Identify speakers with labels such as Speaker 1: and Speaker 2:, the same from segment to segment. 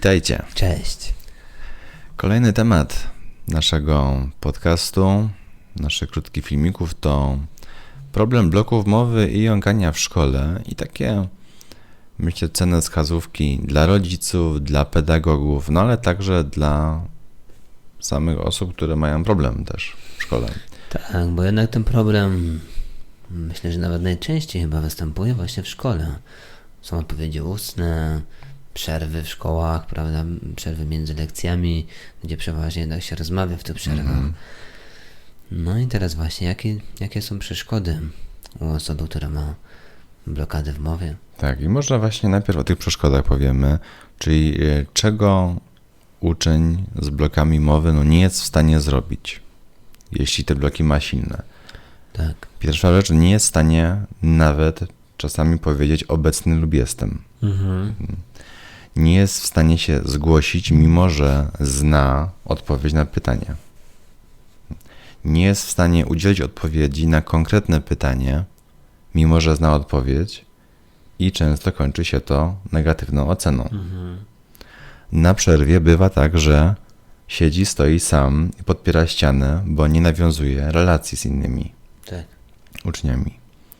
Speaker 1: Witajcie.
Speaker 2: Cześć.
Speaker 1: Kolejny temat naszego podcastu, naszych krótkich filmików to problem bloków mowy i jąkania w szkole i takie, myślę, cenne wskazówki dla rodziców, dla pedagogów, no ale także dla samych osób, które mają problem też w szkole.
Speaker 2: Tak, bo jednak ten problem, myślę, że nawet najczęściej chyba występuje właśnie w szkole. Są odpowiedzi ustne, przerwy w szkołach, prawda, przerwy między lekcjami, gdzie przeważnie jednak się rozmawia w tych przerwach. No i teraz właśnie, jakie są przeszkody u osoby, która ma blokady w mowie?
Speaker 1: Tak, i może właśnie najpierw o tych przeszkodach powiemy, czyli czego uczeń z blokami mowy nie jest w stanie zrobić, jeśli te bloki ma silne.
Speaker 2: Tak.
Speaker 1: Pierwsza rzecz, nie jest w stanie nawet czasami powiedzieć obecny lub jestem. Nie jest w stanie się zgłosić, mimo że zna odpowiedź na pytanie. Nie jest w stanie udzielić odpowiedzi na konkretne pytanie, mimo że zna odpowiedź i często kończy się to negatywną oceną. Na przerwie bywa tak, że siedzi, stoi sam i podpiera ścianę, bo nie nawiązuje relacji z innymi uczniami.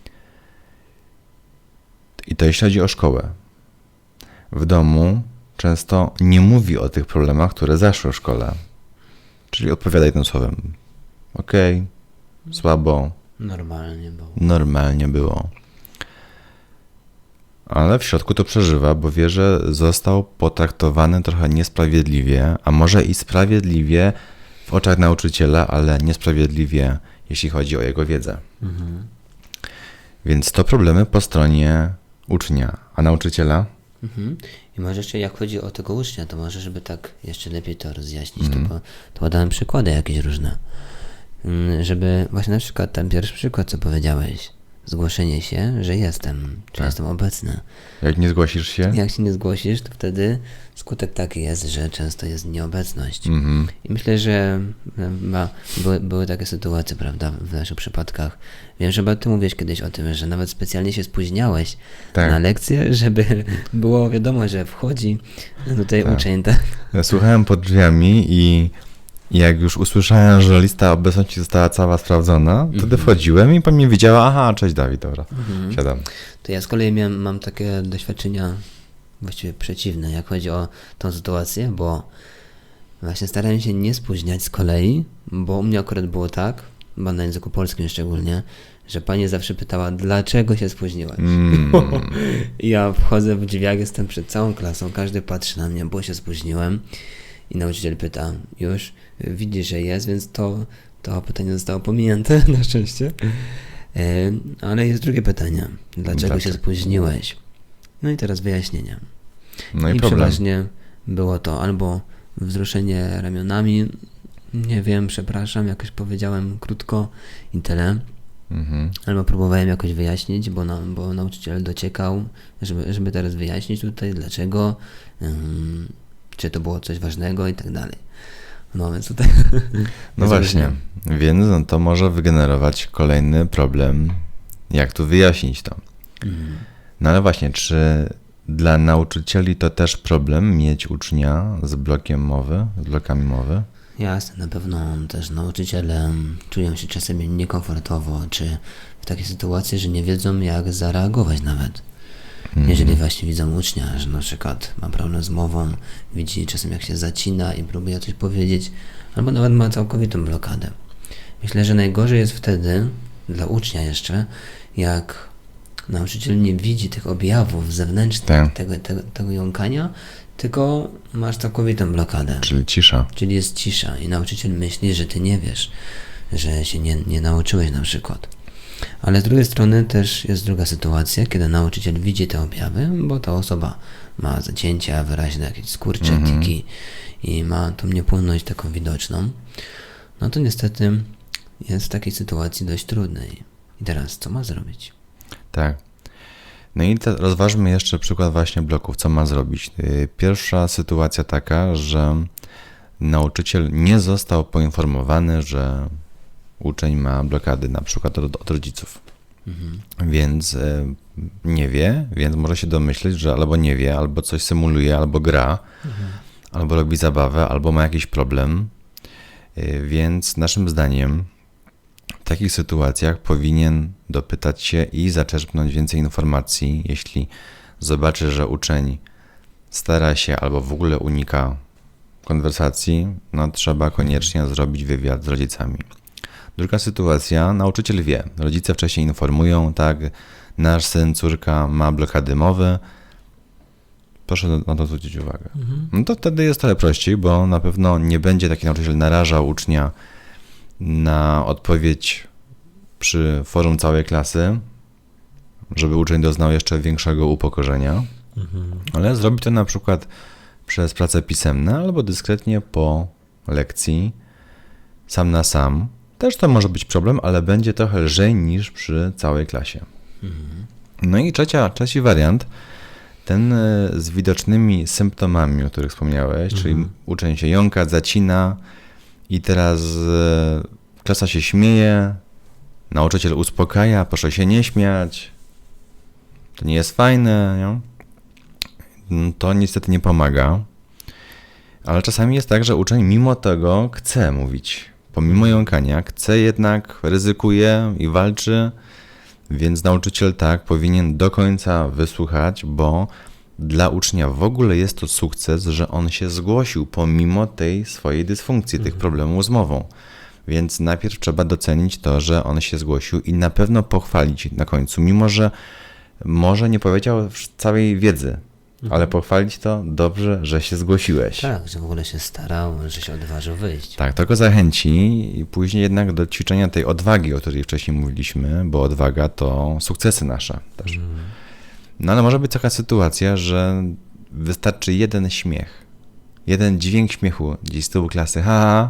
Speaker 1: I to jeśli chodzi o szkołę. W domu często nie mówi o tych problemach, które zaszły w szkole. Czyli odpowiada jednym słowem. Okej, słabo. Normalnie było. Ale w środku to przeżywa, bo wie, że został potraktowany trochę niesprawiedliwie, a może i sprawiedliwie w oczach nauczyciela, ale niesprawiedliwie, jeśli chodzi o jego wiedzę. Więc to problemy po stronie ucznia, a nauczyciela?
Speaker 2: I może jeszcze jak chodzi o tego ucznia, to może, żeby tak jeszcze lepiej to rozjaśnić, to podałem przykłady jakieś różne. Żeby właśnie na przykład ten pierwszy przykład, co powiedziałeś, zgłoszenie się, że jestem, czy jestem obecny.
Speaker 1: Jak nie zgłosisz się?
Speaker 2: Jak się nie zgłosisz, to wtedy skutek taki jest, że często jest nieobecność. I myślę, że były takie sytuacje, prawda, w naszych przypadkach. Wiem, że ty mówiłeś kiedyś o tym, że nawet specjalnie się spóźniałeś na lekcję, żeby było wiadomo, że wchodzi tutaj uczeń. Tak?
Speaker 1: Ja słuchałem pod drzwiami i jak już usłyszałem, że lista obecności została cała sprawdzona, wtedy wchodziłem i pan mi widziała, aha, cześć Dawid, dobra, siadam.
Speaker 2: To ja z kolei mam takie doświadczenia właściwie przeciwne, jak chodzi o tą sytuację, bo właśnie starałem się nie spóźniać z kolei, bo u mnie akurat było tak, bo na języku polskim szczególnie, że pani zawsze pytała, dlaczego się spóźniłaś? Ja wchodzę w drzwiach, jestem przed całą klasą, każdy patrzy na mnie, bo się spóźniłem. I nauczyciel pyta, już widzi, że jest, więc to pytanie zostało pominięte, na szczęście. Ale jest drugie pytanie. Dlaczego się spóźniłeś? No i teraz wyjaśnienie.
Speaker 1: No i
Speaker 2: przeważnie było to albo wzruszenie ramionami, nie wiem, przepraszam, jakoś powiedziałem krótko i tyle. Albo próbowałem jakoś wyjaśnić, bo nauczyciel dociekał, żeby teraz wyjaśnić tutaj, dlaczego, czy to było coś ważnego i tak dalej. No więc tutaj...
Speaker 1: No właśnie, więc to może wygenerować kolejny problem, jak tu wyjaśnić to. No ale właśnie, czy dla nauczycieli to też problem mieć ucznia z blokiem mowy, z blokami mowy?
Speaker 2: Jasne, na pewno też nauczyciele czują się czasami niekomfortowo, czy w takiej sytuacji, że nie wiedzą, jak zareagować nawet. Jeżeli właśnie widzą ucznia, że na przykład ma problem z mową, widzi czasem jak się zacina i próbuje coś powiedzieć, albo nawet ma całkowitą blokadę. Myślę, że najgorzej jest wtedy, dla ucznia jeszcze, jak nauczyciel nie widzi tych objawów zewnętrznych, tego jąkania, tylko masz całkowitą blokadę.
Speaker 1: Czyli cisza.
Speaker 2: Czyli jest cisza i nauczyciel myśli, że ty nie wiesz, że się nie nauczyłeś na przykład. Ale z drugiej strony też jest druga sytuacja, kiedy nauczyciel widzi te objawy, bo ta osoba ma zacięcia wyraźne, jakieś skurcze, tiki i ma tą niepłynność taką widoczną, no to niestety jest w takiej sytuacji dość trudnej. I teraz co ma zrobić?
Speaker 1: Tak. No i rozważmy jeszcze przykład właśnie bloków, co ma zrobić. Pierwsza sytuacja taka, że nauczyciel nie został poinformowany, że uczeń ma blokady na przykład od rodziców. Więc nie wie, więc może się domyśleć, że albo nie wie, albo coś symuluje, albo gra, albo robi zabawę, albo ma jakiś problem. Więc naszym zdaniem w takich sytuacjach powinien dopytać się i zaczerpnąć więcej informacji. Jeśli zobaczy, że uczeń stara się albo w ogóle unika konwersacji, no trzeba koniecznie zrobić wywiad z rodzicami. Druga sytuacja, nauczyciel wie, rodzice wcześniej informują, tak, nasz syn, córka ma blokady mowy, proszę na to zwrócić uwagę. No to wtedy jest trochę prościej, bo na pewno nie będzie taki nauczyciel narażał ucznia na odpowiedź przy forum całej klasy, żeby uczeń doznał jeszcze większego upokorzenia, ale zrobi to na przykład przez prace pisemne albo dyskretnie po lekcji, sam na sam. Też to może być problem, ale będzie trochę lżej niż przy całej klasie. No i trzeci wariant, ten z widocznymi symptomami, o których wspomniałeś, czyli uczeń się jąka, zacina i teraz klasa się śmieje, nauczyciel uspokaja, proszę się nie śmiać, to nie jest fajne, nie? To niestety nie pomaga, ale czasami jest tak, że uczeń mimo tego chce mówić, pomimo jąkania, chce jednak, ryzykuje i walczy, więc nauczyciel tak powinien do końca wysłuchać, bo dla ucznia w ogóle jest to sukces, że on się zgłosił pomimo tej swojej dysfunkcji, tych problemów z mową. Więc najpierw trzeba docenić to, że on się zgłosił i na pewno pochwalić na końcu, mimo że może nie powiedział całej wiedzy, ale pochwalić to dobrze, że się zgłosiłeś.
Speaker 2: Tak, że w ogóle się starał, że się odważył wyjść.
Speaker 1: Tak, to go zachęci i później jednak do ćwiczenia tej odwagi, o której wcześniej mówiliśmy, bo odwaga to sukcesy nasze też. No ale może być taka sytuacja, że wystarczy jeden śmiech, jeden dźwięk śmiechu gdzieś z tyłu klasy, ha,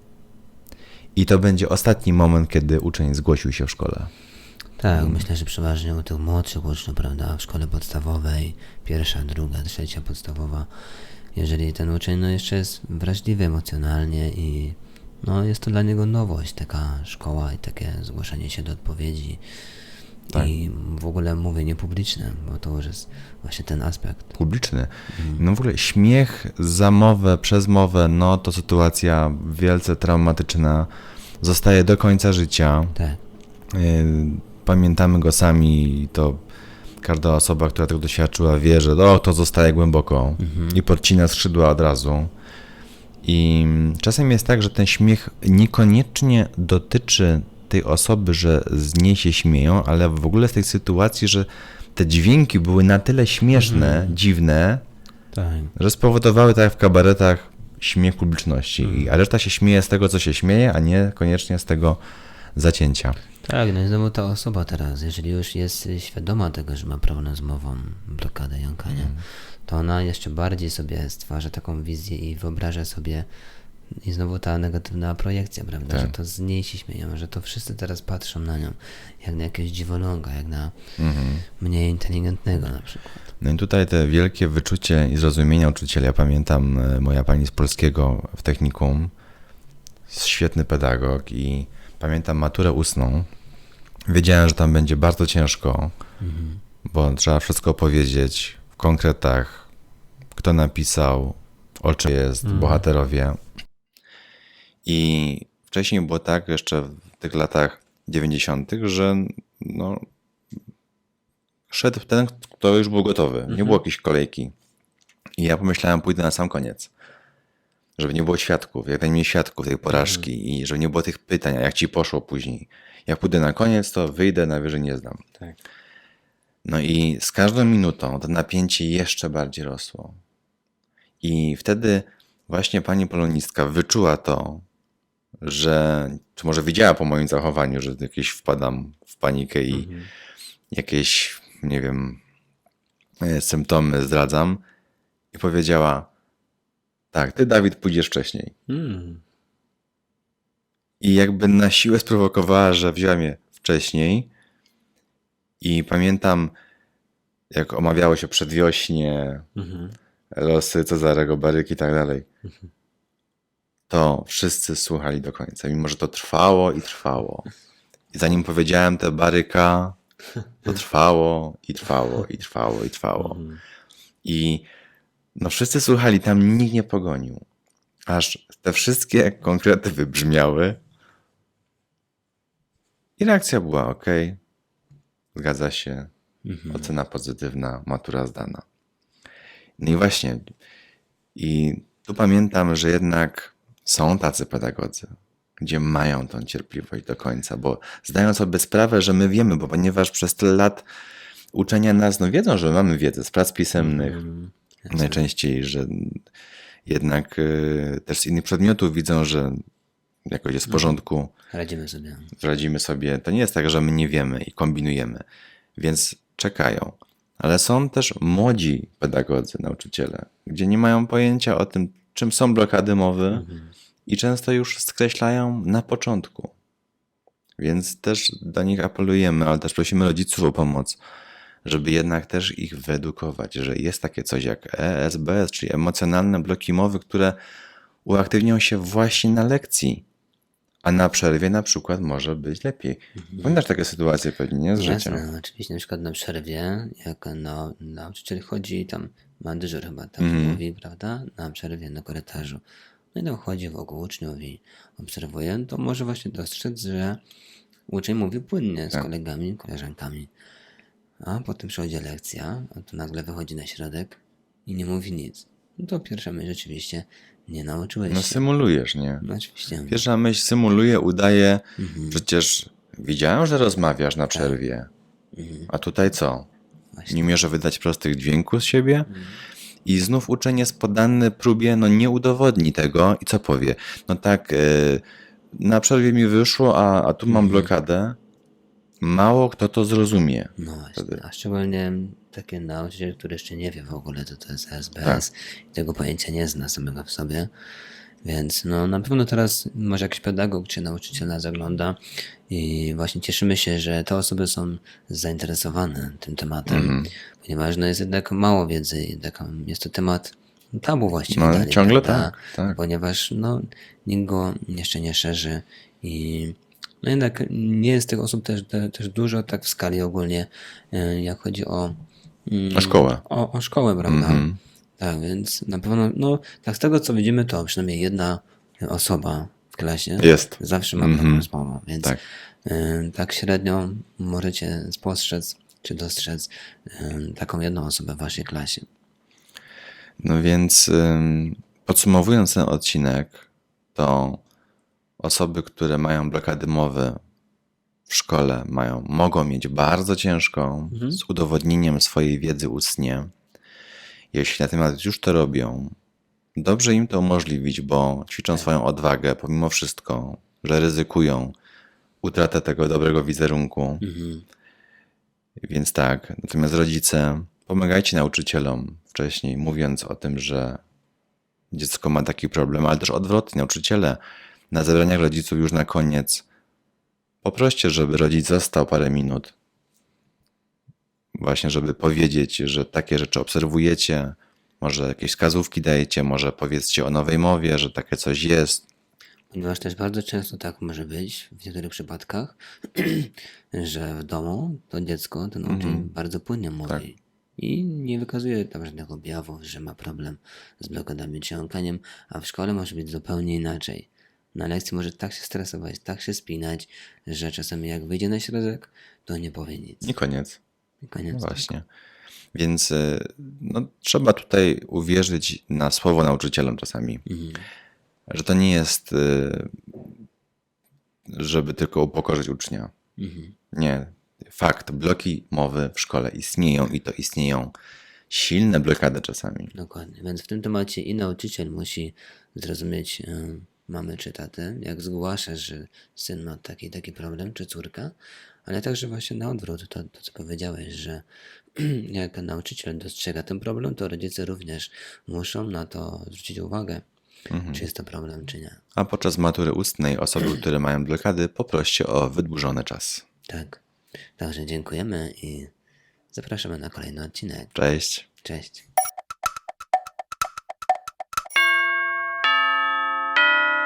Speaker 1: i to będzie ostatni moment, kiedy uczeń zgłosił się w szkole.
Speaker 2: Tak, myślę, że przeważnie u tych młodszych uczniów, prawda, w szkole podstawowej, 1., 2., 3. podstawowa, jeżeli ten uczeń jeszcze jest wrażliwy emocjonalnie i jest to dla niego nowość, taka szkoła i takie zgłoszenie się do odpowiedzi i w ogóle mówienie publiczne, bo to już jest właśnie ten aspekt.
Speaker 1: Publiczny. No w ogóle śmiech za mowę, przez mowę, to sytuacja wielce traumatyczna, zostaje do końca życia.
Speaker 2: Tak.
Speaker 1: Pamiętamy go sami i to każda osoba, która tego doświadczyła, wie, że to zostaje głęboko i podcina skrzydła od razu. I czasem jest tak, że ten śmiech niekoniecznie dotyczy tej osoby, że z niej się śmieją, ale w ogóle z tej sytuacji, że te dźwięki były na tyle śmieszne, dziwne, że spowodowały, tak jak w kabaretach, śmiech publiczności. A reszta się śmieje z tego, co się śmieje, a nie koniecznie z tego zacięcia.
Speaker 2: Tak, no i znowu ta osoba teraz, jeżeli już jest świadoma tego, że ma problem z mową, blokadę jąkania, to ona jeszcze bardziej sobie stwarza taką wizję i wyobraża sobie, i znowu ta negatywna projekcja, prawda,
Speaker 1: Tak.
Speaker 2: że to z niej się śmieją, że to wszyscy teraz patrzą na nią, jak na jakiegoś dziwoląga, jak na mniej inteligentnego na przykład.
Speaker 1: No i tutaj te wielkie wyczucie i zrozumienie nauczyciela. Ja pamiętam, moja pani z polskiego w technikum, świetny pedagog i pamiętam maturę ustną. Wiedziałem, że tam będzie bardzo ciężko, bo trzeba wszystko powiedzieć w konkretach, kto napisał, o czym jest, bohaterowie. I wcześniej było tak, jeszcze w tych latach 90., że szedł ten, kto już był gotowy. Nie było jakiejś kolejki. I ja pomyślałem, pójdę na sam koniec. Żeby nie było świadków, jak najmniej świadków tej porażki i żeby nie było tych pytań, a jak ci poszło później. Jak pójdę na koniec, to wyjdę, najwyżej nie zdam.
Speaker 2: Tak.
Speaker 1: No i z każdą minutą to napięcie jeszcze bardziej rosło. I wtedy właśnie pani polonistka wyczuła to, że, czy może widziała po moim zachowaniu, że jakieś wpadam w panikę i jakieś, nie wiem, symptomy zdradzam i powiedziała, tak, ty, Dawid, pójdziesz wcześniej. I jakby na siłę sprowokowała, że wzięła mnie wcześniej i pamiętam, jak omawiało się przedwiośnie, losy Cezarego Baryki i tak dalej, to wszyscy słuchali do końca, mimo że to trwało i trwało. I zanim powiedziałem tę Baryka, to trwało i trwało i trwało i trwało. I No wszyscy słuchali, tam nikt nie pogonił. Aż te wszystkie konkrety wybrzmiały i reakcja była ok. Zgadza się. Ocena pozytywna, matura zdana. No i właśnie. I tu pamiętam, że jednak są tacy pedagodzy, gdzie mają tą cierpliwość do końca, bo zdają sobie sprawę, że my wiemy, bo ponieważ przez tyle lat uczenia nas, no wiedzą, że mamy wiedzę z prac pisemnych, najczęściej, że jednak też z innych przedmiotów widzą, że jakoś jest w porządku,
Speaker 2: Radzimy sobie.
Speaker 1: To nie jest tak, że my nie wiemy i kombinujemy, więc czekają. Ale są też młodzi pedagodzy, nauczyciele, gdzie nie mają pojęcia o tym, czym są blokady mowy i często już skreślają na początku. Więc też do nich apelujemy, ale też prosimy rodziców o pomoc, żeby jednak też ich wyedukować, że jest takie coś jak ESBS, czyli emocjonalne bloki mowy, które uaktywnią się właśnie na lekcji, a na przerwie na przykład może być lepiej. Pamiętasz takie sytuacje pewnie, nie? Z życia.
Speaker 2: Jasne, oczywiście na przykład na przerwie, jak nauczyciel chodzi, tam ma dyżur chyba, tak mówi, prawda, na przerwie, na korytarzu. No i tam chodzi wokół uczniów i obserwuje, to może właśnie dostrzec, że uczeń mówi płynnie z kolegami, koleżankami. A potem przychodzi lekcja, a tu nagle wychodzi na środek i nie mówi nic. No to pierwsza myśl rzeczywiście, nie nauczyłeś
Speaker 1: No
Speaker 2: się.
Speaker 1: symulujesz, nie?
Speaker 2: No oczywiście.
Speaker 1: Pierwsza myśl symuluje, udaje, przecież widziałem, że rozmawiasz na przerwie, a tutaj co?
Speaker 2: Właśnie.
Speaker 1: Nie umieszę wydać prostych dźwięków z siebie? I znów uczeń jest poddany próbie, no nie udowodni tego i co powie? No tak, na przerwie mi wyszło, a tu mam blokadę. Mało kto to zrozumie.
Speaker 2: No właśnie, a szczególnie taki nauczyciel, który jeszcze nie wie w ogóle, co to jest SBS
Speaker 1: Tak.
Speaker 2: i tego pojęcia nie zna samego w sobie. Więc no na pewno teraz może jakiś pedagog czy nauczyciel nas ogląda i właśnie cieszymy się, że te osoby są zainteresowane tym tematem, ponieważ no jest jednak mało wiedzy i jest to temat tabu właściwie.
Speaker 1: No,
Speaker 2: dalej,
Speaker 1: ciągle
Speaker 2: prawda?
Speaker 1: tak.
Speaker 2: Ponieważ no nikt go jeszcze nie szerzy i no jednak nie jest tych osób też dużo tak w skali ogólnie, jak chodzi o
Speaker 1: szkołę.
Speaker 2: O szkołę, prawda? Tak, więc na pewno, no tak z tego co widzimy, to przynajmniej jedna osoba w klasie
Speaker 1: Jest.
Speaker 2: zawsze ma problem z mową, więc
Speaker 1: Tak.
Speaker 2: tak średnio możecie spostrzec czy dostrzec taką jedną osobę w waszej klasie.
Speaker 1: No więc podsumowując ten odcinek, to osoby, które mają blokady mowy w szkole mogą mieć bardzo ciężką z udowodnieniem swojej wiedzy ustnie. Jeśli natomiast już to robią, dobrze im to umożliwić, bo ćwiczą swoją odwagę pomimo wszystko, że ryzykują utratę tego dobrego wizerunku. Więc tak, natomiast rodzice, pomagajcie nauczycielom wcześniej, mówiąc o tym, że dziecko ma taki problem, ale też odwrotnie, nauczyciele na zebraniach rodziców już na koniec poproście, żeby rodzic został parę minut. Właśnie, żeby powiedzieć, że takie rzeczy obserwujecie, może jakieś wskazówki dajecie, może powiedzcie o nowej mowie, że takie coś jest.
Speaker 2: Ponieważ też bardzo często tak może być w niektórych przypadkach, że w domu to dziecko, ten uczeń bardzo płynnie mówi i nie wykazuje tam żadnych objawów, że ma problem z blokadami czy jąkaniem, a w szkole może być zupełnie inaczej. Na lekcji może tak się stresować, tak się spinać, że czasami jak wyjdzie na środek, to nie powie nic.
Speaker 1: I koniec.
Speaker 2: I koniec.
Speaker 1: No właśnie. Więc no, trzeba tutaj uwierzyć na słowo nauczycielom czasami. Że to nie jest, żeby tylko upokorzyć ucznia. Nie. Fakt, bloki mowy w szkole istnieją i to istnieją silne blokady czasami.
Speaker 2: Dokładnie. Więc w tym temacie i nauczyciel musi zrozumieć mamy czy tatę, jak zgłaszasz, że syn ma taki problem, czy córka, ale także właśnie na odwrót, to co powiedziałeś, że jak nauczyciel dostrzega ten problem, to rodzice również muszą na to zwrócić uwagę, czy jest to problem, czy nie.
Speaker 1: A podczas matury ustnej osoby, które mają blokady, poproście o wydłużony czas.
Speaker 2: Tak. Także dziękujemy i zapraszamy na kolejny odcinek.
Speaker 1: Cześć.
Speaker 2: Cześć.